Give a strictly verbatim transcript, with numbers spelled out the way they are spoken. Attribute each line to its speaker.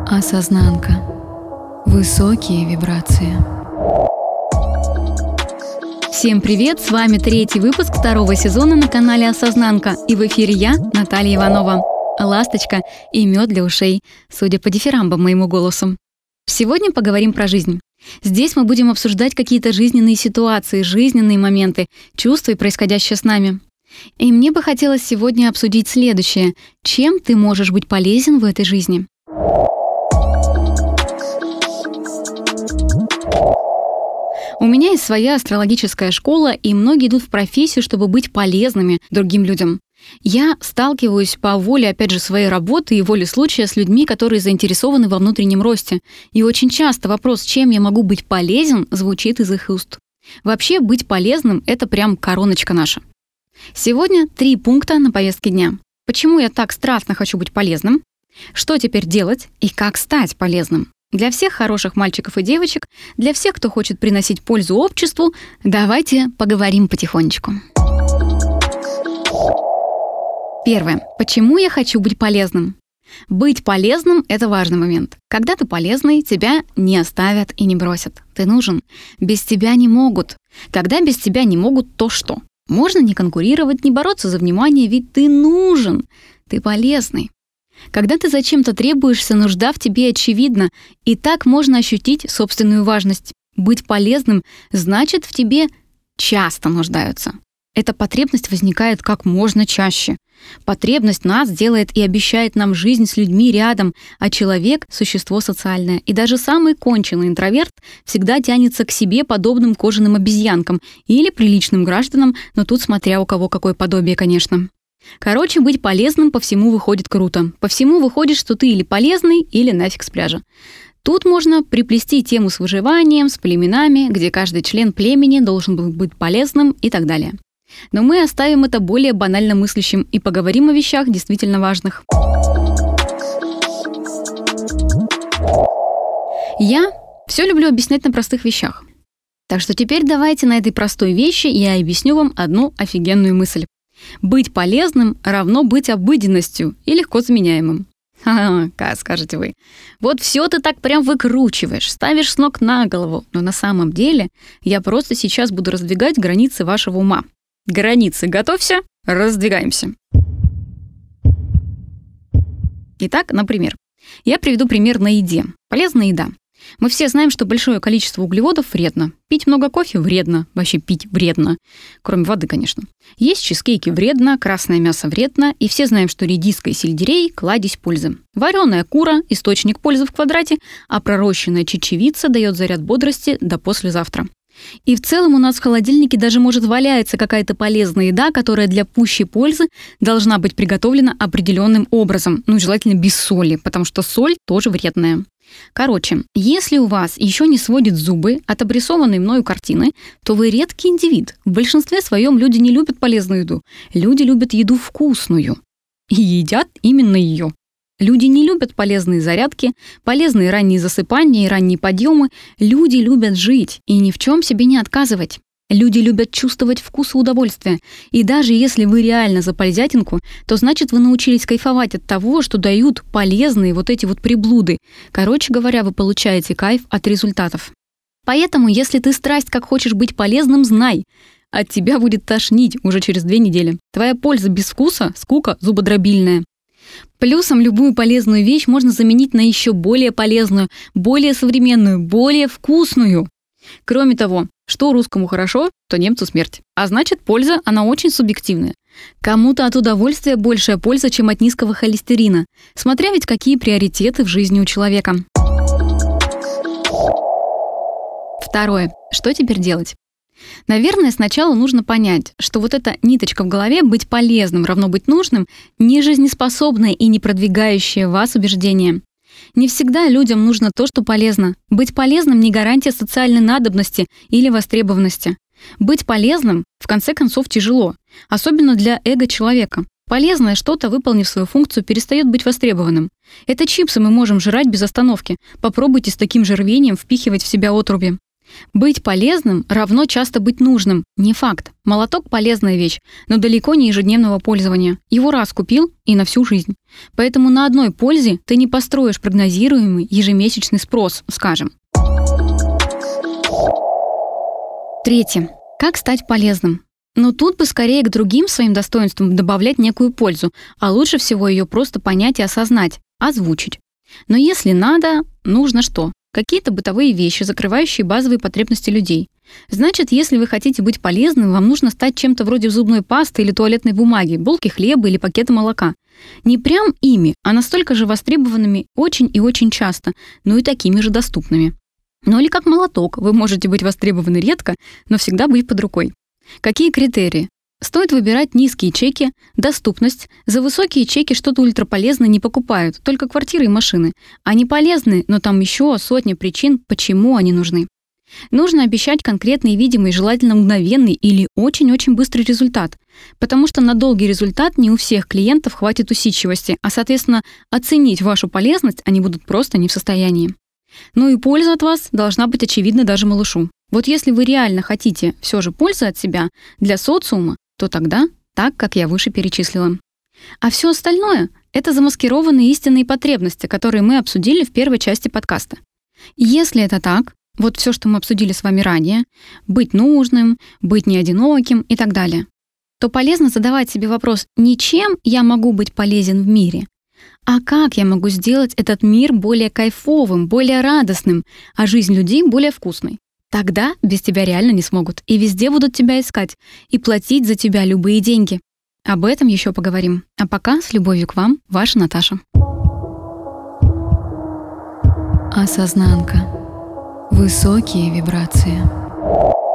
Speaker 1: Осознанка. Высокие вибрации. Всем привет! С вами третий выпуск второго сезона на канале Осознанка. И в эфире я, Наталья Иванова. Ласточка и мед для ушей, судя по дифирамбам моему голосу. Сегодня поговорим про жизнь. Здесь мы будем обсуждать какие-то жизненные ситуации, жизненные моменты, чувства и происходящее с нами. И мне бы хотелось сегодня обсудить следующее. Чем ты можешь быть полезен в этой жизни? У меня есть своя астрологическая школа, и многие идут в профессию, чтобы быть полезными другим людям. Я сталкиваюсь по воле, опять же, своей работы и воле случая с людьми, которые заинтересованы во внутреннем росте. И очень часто вопрос, чем я могу быть полезен, звучит из их уст. Вообще, быть полезным — это прям короночка наша. Сегодня три пункта на повестке дня. Почему я так страстно хочу быть полезным? Что теперь делать и как стать полезным? Для всех хороших мальчиков и девочек, для всех, кто хочет приносить пользу обществу, давайте поговорим потихонечку. Первое. Почему я хочу быть полезным? Быть полезным — это важный момент. Когда ты полезный, тебя не оставят и не бросят. Ты нужен. Без тебя не могут. Когда без тебя не могут, то что? Можно не конкурировать, не бороться за внимание, ведь ты нужен. Ты полезный. Когда ты зачем-то требуешься, нужда в тебе очевидна, и так можно ощутить собственную важность. Быть полезным значит, в тебе часто нуждаются. Эта потребность возникает как можно чаще. Потребность нас делает и обещает нам жизнь с людьми рядом, а человек — существо социальное. И даже самый конченый интроверт всегда тянется к себе подобным кожаным обезьянкам или приличным гражданам, но тут смотря у кого какое подобие, конечно. Короче, быть полезным по всему выходит круто. По всему выходит, что ты или полезный, или нафиг с пляжа. Тут можно приплести тему с выживанием, с племенами, где каждый член племени должен был быть полезным и так далее. Но мы оставим это более банально мыслящим и поговорим о вещах действительно важных. Я все люблю объяснять на простых вещах. Так что теперь давайте на этой простой вещи я объясню вам одну офигенную мысль. Быть полезным равно быть обыденностью и легко заменяемым. Ха-ха, как скажете вы. Вот все ты так прям выкручиваешь, ставишь с ног на голову. Но на самом деле я просто сейчас буду раздвигать границы вашего ума. Границы, готовься, раздвигаемся. Итак, например, я приведу пример на еде. Полезная еда. Мы все знаем, что большое количество углеводов вредно. Пить много кофе вредно. Вообще пить вредно. Кроме воды, конечно. Есть чизкейки вредно, красное мясо вредно. И все знаем, что редиска и сельдерей — кладезь пользы. Вареная кура — источник пользы в квадрате, а пророщенная чечевица дает заряд бодрости до послезавтра. И в целом у нас в холодильнике даже может валяться какая-то полезная еда, которая для пущей пользы должна быть приготовлена определенным образом. Ну, желательно без соли, потому что соль тоже вредная. Короче, если у вас еще не сводит зубы от обрисованной мною картины, то вы редкий индивид. В большинстве своем люди не любят полезную еду. Люди любят еду вкусную. И едят именно ее. Люди не любят полезные зарядки, полезные ранние засыпания и ранние подъемы. Люди любят жить и ни в чем себе не отказывать. Люди любят чувствовать вкус и удовольствие. И даже если вы реально за пользятинку, то значит вы научились кайфовать от того, что дают полезные вот эти вот приблуды. Короче говоря, вы получаете кайф от результатов. Поэтому, если ты страсть как хочешь быть полезным, знай, от тебя будет тошнить уже через две недели. Твоя польза без вкуса — скука зубодробильная. Плюсом любую полезную вещь можно заменить на еще более полезную, более современную, более вкусную. Кроме того, что русскому хорошо, то немцу смерть. А значит, польза, она очень субъективная. Кому-то от удовольствия большая польза, чем от низкого холестерина. Смотря ведь какие приоритеты в жизни у человека. Второе. Что теперь делать? Наверное, сначала нужно понять, что вот эта ниточка в голове «быть полезным равно быть нужным» не жизнеспособное и не продвигающее вас убеждение. Не всегда людям нужно то, что полезно. Быть полезным не гарантия социальной надобности или востребованности. Быть полезным, в конце концов, тяжело, особенно для эго человека. Полезное что-то, выполнив свою функцию, перестает быть востребованным. Это чипсы мы можем жрать без остановки. Попробуйте с таким же рвением впихивать в себя отруби. Быть полезным равно часто быть нужным. Не факт. Молоток – полезная вещь, но далеко не ежедневного пользования. Его раз купил и на всю жизнь. Поэтому на одной пользе ты не построишь прогнозируемый ежемесячный спрос, скажем. Третье. Как стать полезным? Но тут бы скорее к другим своим достоинствам добавлять некую пользу, а лучше всего ее просто понять и осознать, озвучить. Но если надо, нужно что? Какие-то бытовые вещи, закрывающие базовые потребности людей. Значит, если вы хотите быть полезным, вам нужно стать чем-то вроде зубной пасты или туалетной бумаги, булки хлеба или пакета молока. Не прям ими, а настолько же востребованными очень и очень часто, но и такими же доступными. Ну или как молоток, вы можете быть востребованы редко, но всегда быть под рукой. Какие критерии? Стоит выбирать низкие чеки, доступность. За высокие чеки что-то ультраполезное не покупают, только квартиры и машины. Они полезны, но там еще сотни причин, почему они нужны. Нужно обещать конкретный, видимый, желательно мгновенный или очень-очень быстрый результат, потому что на долгий результат не у всех клиентов хватит усидчивости, а, соответственно, оценить вашу полезность они будут просто не в состоянии. Ну и польза от вас должна быть очевидна даже малышу. Вот если вы реально хотите все же пользы от себя для социума, то тогда так, как я выше перечислила. А все остальное — это замаскированные истинные потребности, которые мы обсудили в первой части подкаста. Если это так, вот все, что мы обсудили с вами ранее, быть нужным, быть неодиноким и так далее, то полезно задавать себе вопрос не чем я могу быть полезен в мире, а как я могу сделать этот мир более кайфовым, более радостным, а жизнь людей более вкусной. Тогда без тебя реально не смогут, и везде будут тебя искать, и платить за тебя любые деньги. Об этом еще поговорим. А пока с любовью к вам, ваша Наташа. Осознанка. Высокие вибрации.